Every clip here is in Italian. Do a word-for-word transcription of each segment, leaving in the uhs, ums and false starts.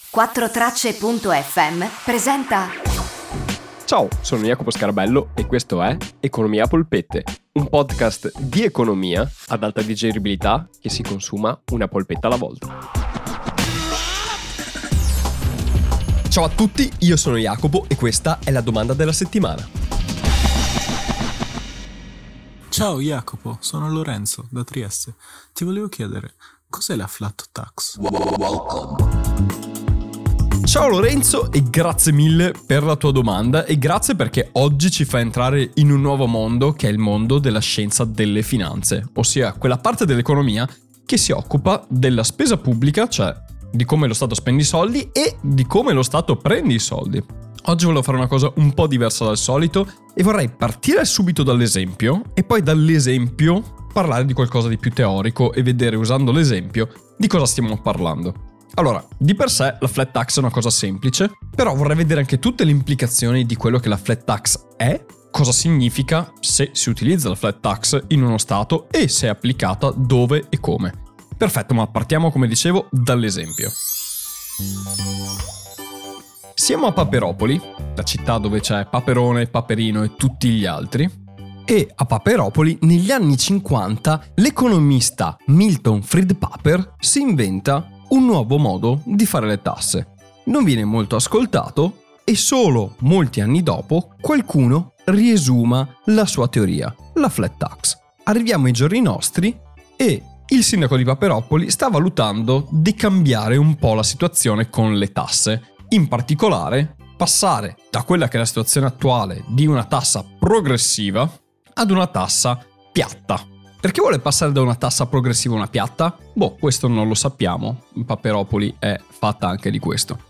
quattro tracce punto effe emme presenta. Ciao, sono Jacopo Scarabello e questo è Economia a polpette, un podcast di economia ad alta digeribilità che si consuma una polpetta alla volta. Ciao a tutti, io sono Jacopo e questa è la domanda della settimana. Ciao Jacopo, sono Lorenzo da Trieste. Ti volevo chiedere, cos'è la flat tax? Ciao Lorenzo e grazie mille per la tua domanda e grazie perché oggi ci fa entrare in un nuovo mondo che è il mondo della scienza delle finanze, ossia quella parte dell'economia che si occupa della spesa pubblica, cioè di come lo Stato spende i soldi e di come lo Stato prende i soldi. Oggi volevo fare una cosa un po' diversa dal solito e vorrei partire subito dall'esempio e poi dall'esempio parlare di qualcosa di più teorico e vedere usando l'esempio di cosa stiamo parlando. Allora, di per sé la flat tax è una cosa semplice, però vorrei vedere anche tutte le implicazioni di quello che la flat tax è, cosa significa se si utilizza la flat tax in uno stato e se è applicata dove e come. Perfetto, ma partiamo come dicevo dall'esempio. Siamo a Paperopoli, la città dove c'è Paperone, Paperino e tutti gli altri, e a Paperopoli negli anni cinquanta l'economista Milton Fried Paper si inventa un nuovo modo di fare le tasse. Non viene molto ascoltato e solo molti anni dopo qualcuno riesuma la sua teoria, la flat tax. Arriviamo ai giorni nostri e il sindaco di Paperopoli sta valutando di cambiare un po' la situazione con le tasse, in particolare passare da quella che è la situazione attuale di una tassa progressiva ad una tassa piatta. Perché vuole passare da una tassa progressiva a una piatta? Boh, questo non lo sappiamo. Paperopoli è fatta anche di questo.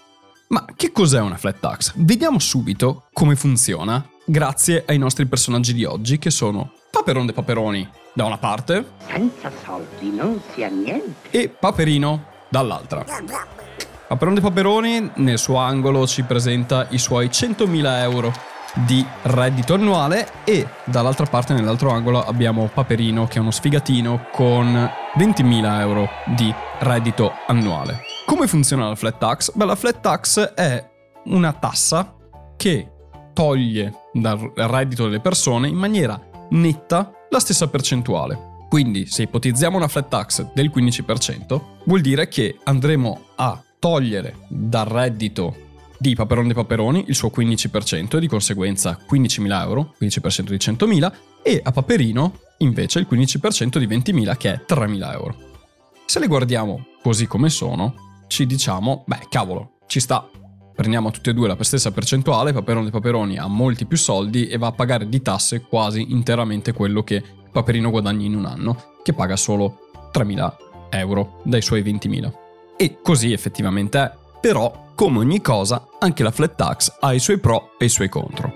Ma che cos'è una flat tax? Vediamo subito come funziona grazie ai nostri personaggi di oggi che sono Paperon de Paperoni da una parte senza soldi non si ha niente e Paperino dall'altra. Paperon de Paperoni nel suo angolo ci presenta i suoi centomila euro di reddito annuale e dall'altra parte nell'altro angolo abbiamo Paperino che è uno sfigatino con ventimila euro di reddito annuale. Come funziona la flat tax? Beh, la flat tax è una tassa che toglie dal reddito delle persone in maniera netta la stessa percentuale. Quindi se ipotizziamo una flat tax del quindici per cento vuol dire che andremo a togliere dal reddito di Paperon dei Paperoni il suo quindici per cento e di conseguenza quindicimila euro, quindici per cento di centomila, e a Paperino invece il quindici per cento di ventimila che è tremila euro. Se le guardiamo così come sono, ci diciamo, beh cavolo, ci sta, prendiamo tutti e due la stessa percentuale, Paperon dei Paperoni ha molti più soldi e va a pagare di tasse quasi interamente quello che Paperino guadagna in un anno, che paga solo tremila euro dai suoi ventimila. E così effettivamente è, però come ogni cosa, anche la flat tax ha i suoi pro e i suoi contro.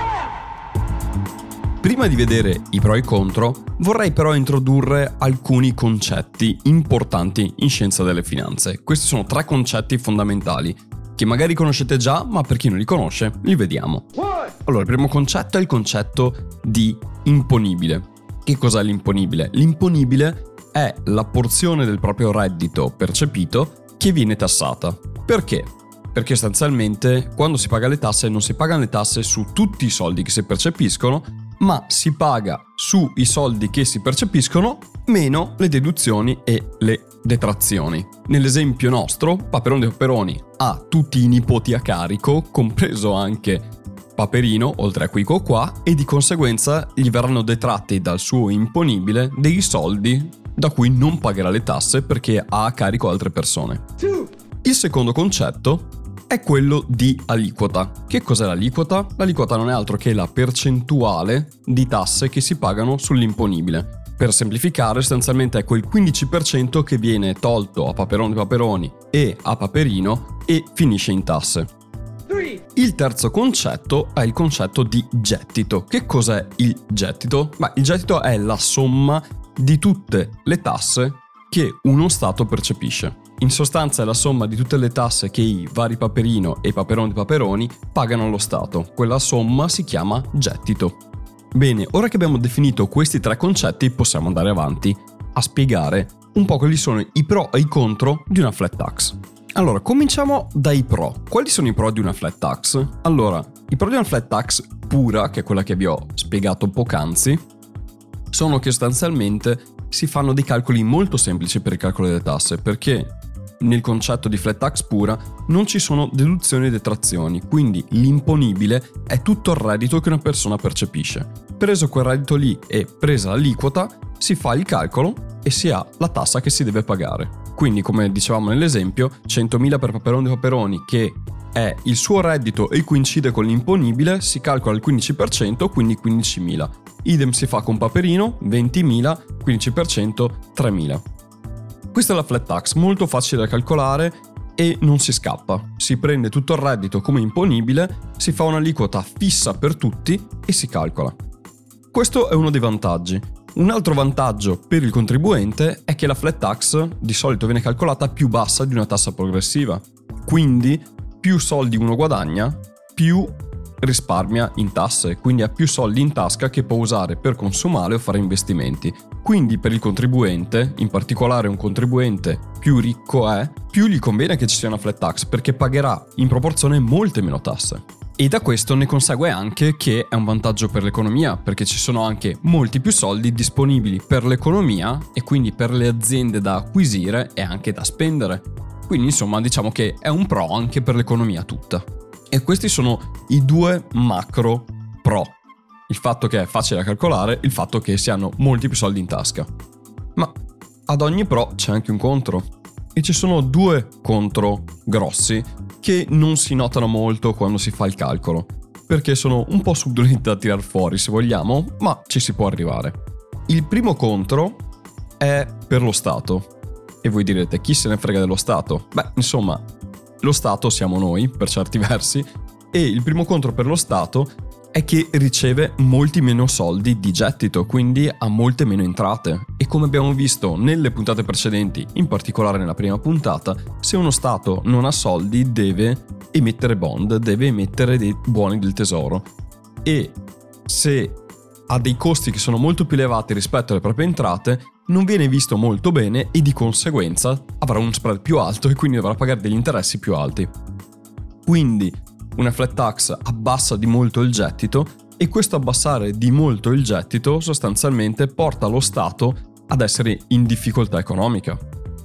Prima di vedere i pro e i contro, vorrei però introdurre alcuni concetti importanti in scienza delle finanze. Questi sono tre concetti fondamentali, che magari conoscete già, ma per chi non li conosce, li vediamo. Allora, il primo concetto è il concetto di imponibile. Che cos'è l'imponibile? L'imponibile è la porzione del proprio reddito percepito che viene tassata. Perché? Perché sostanzialmente quando si paga le tasse non si pagano le tasse su tutti i soldi che si percepiscono, ma si paga sui soldi che si percepiscono meno le deduzioni e le detrazioni. Nell'esempio nostro, Paperon dei Paperoni ha tutti i nipoti a carico, compreso anche Paperino, oltre a Quico qua, e di conseguenza gli verranno detratti dal suo imponibile dei soldi da cui non pagherà le tasse perché ha a carico altre persone. Il secondo concetto è quello di aliquota. Che cos'è l'aliquota? L'aliquota non è altro che la percentuale di tasse che si pagano sull'imponibile. Per semplificare, sostanzialmente è quel quindici per cento che viene tolto a Paperon dei Paperoni e a Paperino e finisce in tasse. Il terzo concetto è il concetto di gettito. Che cos'è il gettito? Beh, il gettito è la somma di tutte le tasse che uno Stato percepisce. In sostanza è la somma di tutte le tasse che i vari Paperino e Paperon dei Paperoni pagano allo Stato. Quella somma si chiama gettito. Bene, ora che abbiamo definito questi tre concetti possiamo andare avanti a spiegare un po' quali sono i pro e i contro di una flat tax. Allora, cominciamo dai pro. Quali sono i pro di una flat tax? Allora, i pro di una flat tax pura, che è quella che vi ho spiegato poc'anzi, sono che sostanzialmente si fanno dei calcoli molto semplici per il calcolo delle tasse, perché nel concetto di flat tax pura non ci sono deduzioni e detrazioni, quindi l'imponibile è tutto il reddito che una persona percepisce. Preso quel reddito lì e presa l'aliquota, si fa il calcolo e si ha la tassa che si deve pagare. Quindi, come dicevamo nell'esempio, centomila per Paperone Paperoni, che è il suo reddito e coincide con l'imponibile, si calcola il quindici per cento, quindi quindicimila. Idem si fa con Paperino, ventimila, quindici per cento, tremila. Questa è la flat tax, molto facile da calcolare e non si scappa. Si prende tutto il reddito come imponibile, si fa un'aliquota fissa per tutti e si calcola. Questo è uno dei vantaggi. Un altro vantaggio per il contribuente è che la flat tax di solito viene calcolata più bassa di una tassa progressiva. Quindi più soldi uno guadagna, più risparmia in tasse, quindi ha più soldi in tasca che può usare per consumare o fare investimenti. Quindi per il contribuente, in particolare un contribuente più ricco è, più gli conviene che ci sia una flat tax, perché pagherà in proporzione molte meno tasse. E da questo ne consegue anche che è un vantaggio per l'economia, perché ci sono anche molti più soldi disponibili per l'economia e quindi per le aziende da acquisire e anche da spendere. Quindi insomma diciamo che è un pro anche per l'economia tutta. E questi sono i due macro pro. Il fatto che è facile da calcolare, il fatto che si hanno molti più soldi in tasca. Ma ad ogni pro c'è anche un contro. E ci sono due contro grossi che non si notano molto quando si fa il calcolo, perché sono un po' subdolenti da tirar fuori se vogliamo, ma ci si può arrivare. Il primo contro è per lo Stato. E voi direte, chi se ne frega dello Stato? Beh, insomma, lo Stato siamo noi, per certi versi, e il primo contro per lo Stato è che riceve molti meno soldi di gettito, quindi ha molte meno entrate. E come abbiamo visto nelle puntate precedenti, in particolare nella prima puntata, se uno Stato non ha soldi deve emettere bond, deve emettere dei buoni del tesoro. E se ha dei costi che sono molto più elevati rispetto alle proprie entrate, non viene visto molto bene e di conseguenza avrà un spread più alto e quindi dovrà pagare degli interessi più alti. Quindi una flat tax abbassa di molto il gettito e questo abbassare di molto il gettito sostanzialmente porta lo Stato ad essere in difficoltà economica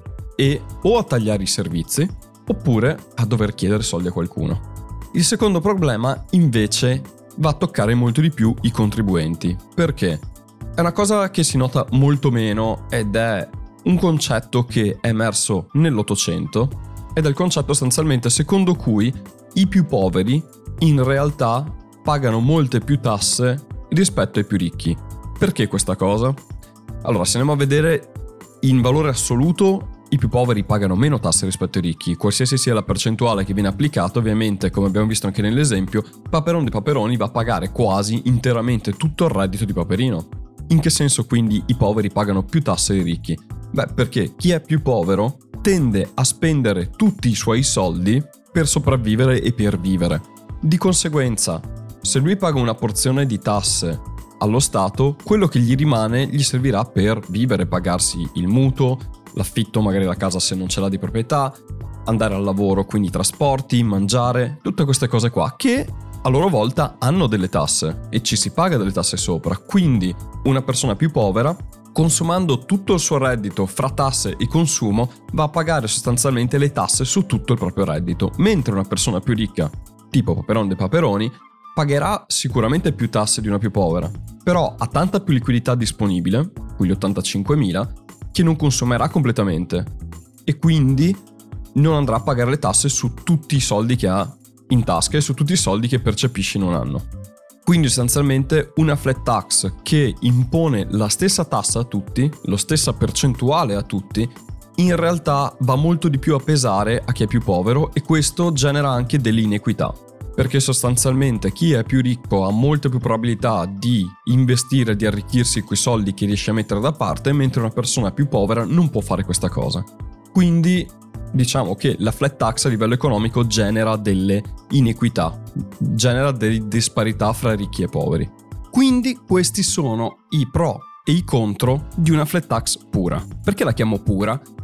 e o a tagliare i servizi oppure a dover chiedere soldi a qualcuno. Il secondo problema invece va a toccare molto di più i contribuenti. Perché? È una cosa che si nota molto meno ed è un concetto che è emerso nell'Ottocento ed è il concetto sostanzialmente secondo cui i più poveri in realtà pagano molte più tasse rispetto ai più ricchi. Perché questa cosa? Allora, se andiamo a vedere in valore assoluto, i più poveri pagano meno tasse rispetto ai ricchi, qualsiasi sia la percentuale che viene applicata. Ovviamente, come abbiamo visto anche nell'esempio, Paperone dei Paperoni va a pagare quasi interamente tutto il reddito di Paperino. In che senso quindi i poveri pagano più tasse dei ricchi? Beh, perché chi è più povero tende a spendere tutti i suoi soldi per sopravvivere e per vivere. Di conseguenza, se lui paga una porzione di tasse allo Stato, quello che gli rimane gli servirà per vivere, pagarsi il mutuo, l'affitto magari la casa se non ce l'ha di proprietà, andare al lavoro, quindi trasporti, mangiare, tutte queste cose qua che a loro volta hanno delle tasse e ci si paga delle tasse sopra. Quindi una persona più povera, consumando tutto il suo reddito fra tasse e consumo, va a pagare sostanzialmente le tasse su tutto il proprio reddito, mentre una persona più ricca, tipo Paperone dei Paperoni, pagherà sicuramente più tasse di una più povera, però ha tanta più liquidità disponibile, quegli ottantacinquemila, che non consumerà completamente e quindi non andrà a pagare le tasse su tutti i soldi che ha in tasca e su tutti i soldi che percepisce in un anno. Quindi sostanzialmente una flat tax che impone la stessa tassa a tutti, la stessa percentuale a tutti, in realtà va molto di più a pesare a chi è più povero e questo genera anche delle inequità. Perché sostanzialmente chi è più ricco ha molte più probabilità di investire, di arricchirsi quei soldi che riesce a mettere da parte, mentre una persona più povera non può fare questa cosa. Quindi diciamo che la flat tax a livello economico genera delle inequità, genera delle disparità fra ricchi e poveri. Quindi questi sono i pro e i contro di una flat tax pura. Perché la chiamo pura?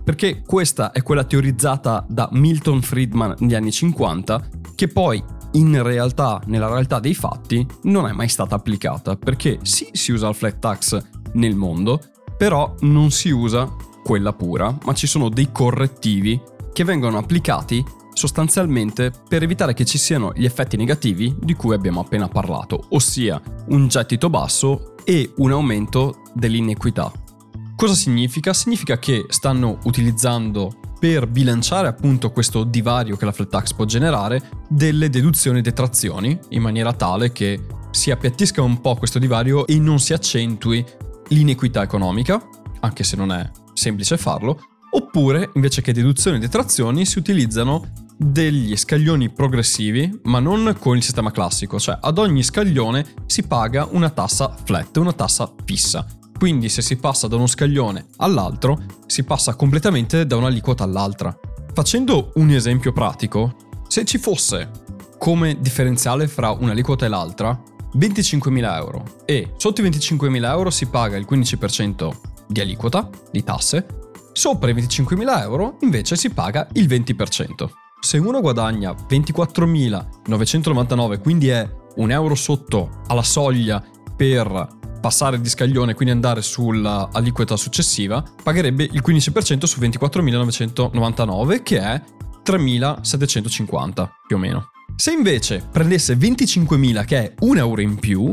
perché questa è quella teorizzata da Milton Friedman negli anni cinquanta, che poi in realtà, nella realtà dei fatti, non è mai stata applicata, perché sì, si usa il flat tax nel mondo, però non si usa quella pura, ma ci sono dei correttivi che vengono applicati sostanzialmente per evitare che ci siano gli effetti negativi di cui abbiamo appena parlato, ossia un gettito basso e un aumento dell'inequità. Cosa significa? Significa che stanno utilizzando, per bilanciare appunto questo divario che la flat tax può generare, delle deduzioni e detrazioni, in maniera tale che si appiattisca un po' questo divario e non si accentui l'inequità economica, anche se non è semplice farlo. Oppure, invece che deduzioni e detrazioni, si utilizzano degli scaglioni progressivi, ma non con il sistema classico, cioè ad ogni scaglione si paga una tassa flat, una tassa fissa. Quindi se si passa da uno scaglione all'altro, si passa completamente da un'aliquota all'altra. Facendo un esempio pratico, se ci fosse come differenziale fra un'aliquota e l'altra venticinquemila euro e sotto i venticinquemila euro si paga il quindici per cento di aliquota, di tasse, sopra i venticinquemila euro invece si paga il venti per cento. Se uno guadagna ventiquattromilanovecentonovantanove, quindi è un euro sotto alla soglia per passare di scaglione, quindi andare sull'aliquota successiva, pagherebbe il quindici per cento su ventiquattromilanovantanove, che è tremilasettecentocinquanta più o meno. Se invece prendesse venticinquemila, che è un euro in più,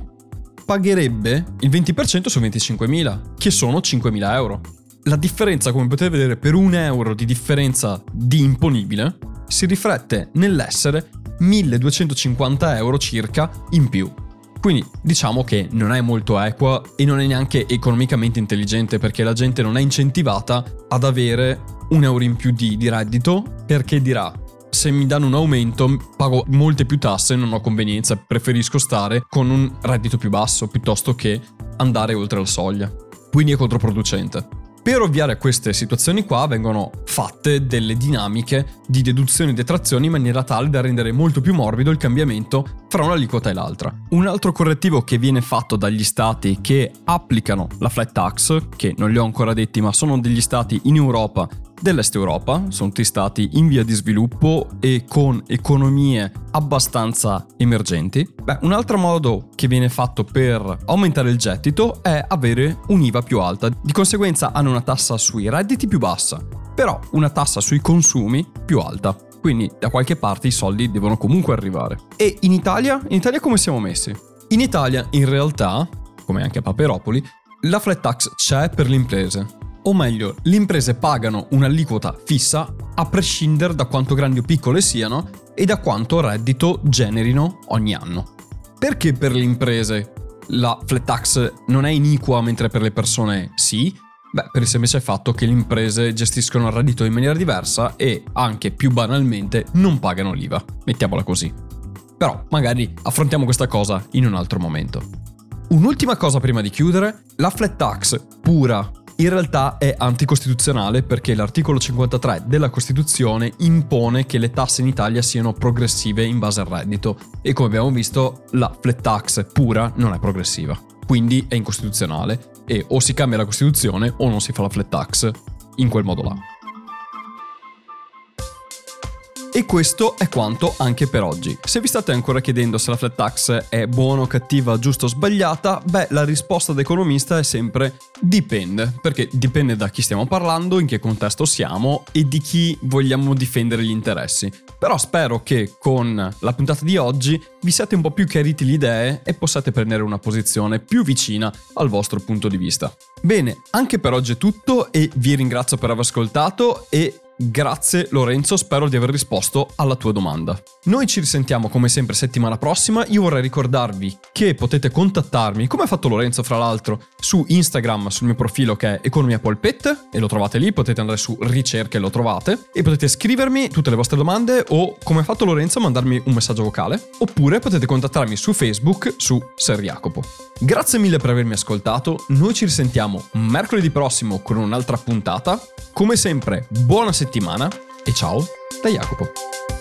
pagherebbe il venti per cento su venticinquemila, che sono cinquemila euro. La differenza, come potete vedere, per un euro di differenza di imponibile si riflette nell'essere milleduecentocinquanta euro circa in più. Quindi diciamo che non è molto equa e non è neanche economicamente intelligente, perché la gente non è incentivata ad avere un euro in più di, di reddito, perché dirà: se mi danno un aumento pago molte più tasse, non ho convenienza, preferisco stare con un reddito più basso piuttosto che andare oltre la soglia. Quindi è controproducente. Per ovviare a queste situazioni qua vengono fatte delle dinamiche di deduzioni e detrazioni in maniera tale da rendere molto più morbido il cambiamento fra un'aliquota e l'altra. Un altro correttivo che viene fatto dagli stati che applicano la flat tax, che non li ho ancora detti, ma sono degli stati in Europa, dell'Est Europa, sono tutti stati in via di sviluppo e con economie abbastanza emergenti. Beh, un altro modo che viene fatto per aumentare il gettito è avere un'I V A più alta. Di conseguenza hanno una tassa sui redditi più bassa, però una tassa sui consumi più alta. Quindi da qualche parte i soldi devono comunque arrivare. E in Italia? In Italia come siamo messi? In Italia in realtà, come anche a Paperopoli, la flat tax c'è per le imprese. O meglio, le imprese pagano un'aliquota fissa a prescindere da quanto grandi o piccole siano e da quanto reddito generino ogni anno. Perché per le imprese la flat tax non è iniqua mentre per le persone sì? Beh, per il semplice fatto che le imprese gestiscono il reddito in maniera diversa e, anche più banalmente, non pagano l'I V A. Mettiamola così. Però magari affrontiamo questa cosa in un altro momento. Un'ultima cosa prima di chiudere: la flat tax pura in realtà è anticostituzionale, perché l'articolo cinquantatré della Costituzione impone che le tasse in Italia siano progressive in base al reddito e, come abbiamo visto, la flat tax pura non è progressiva, quindi è incostituzionale e o si cambia la Costituzione o non si fa la flat tax in quel modo là. E questo è quanto anche per oggi. Se vi state ancora chiedendo se la flat tax è buona o cattiva, giusta o sbagliata, beh, la risposta da economista è sempre dipende, perché dipende da chi stiamo parlando, in che contesto siamo e di chi vogliamo difendere gli interessi. Però spero che con la puntata di oggi vi siate un po' più chiariti le idee e possiate prendere una posizione più vicina al vostro punto di vista. Bene, anche per oggi è tutto e vi ringrazio per aver ascoltato e grazie Lorenzo, spero di aver risposto alla tua domanda. Noi ci risentiamo come sempre settimana prossima. Io vorrei ricordarvi che potete contattarmi, come ha fatto Lorenzo fra l'altro, su Instagram sul mio profilo che è Economia Polpette, e lo trovate lì, potete andare su ricerca e lo trovate, e potete scrivermi tutte le vostre domande o, come ha fatto Lorenzo, mandarmi un messaggio vocale, oppure potete contattarmi su Facebook su Ser Jacopo. Grazie mille per avermi ascoltato, noi ci risentiamo mercoledì prossimo con un'altra puntata. Come sempre, buona settimana e ciao da Jacopo.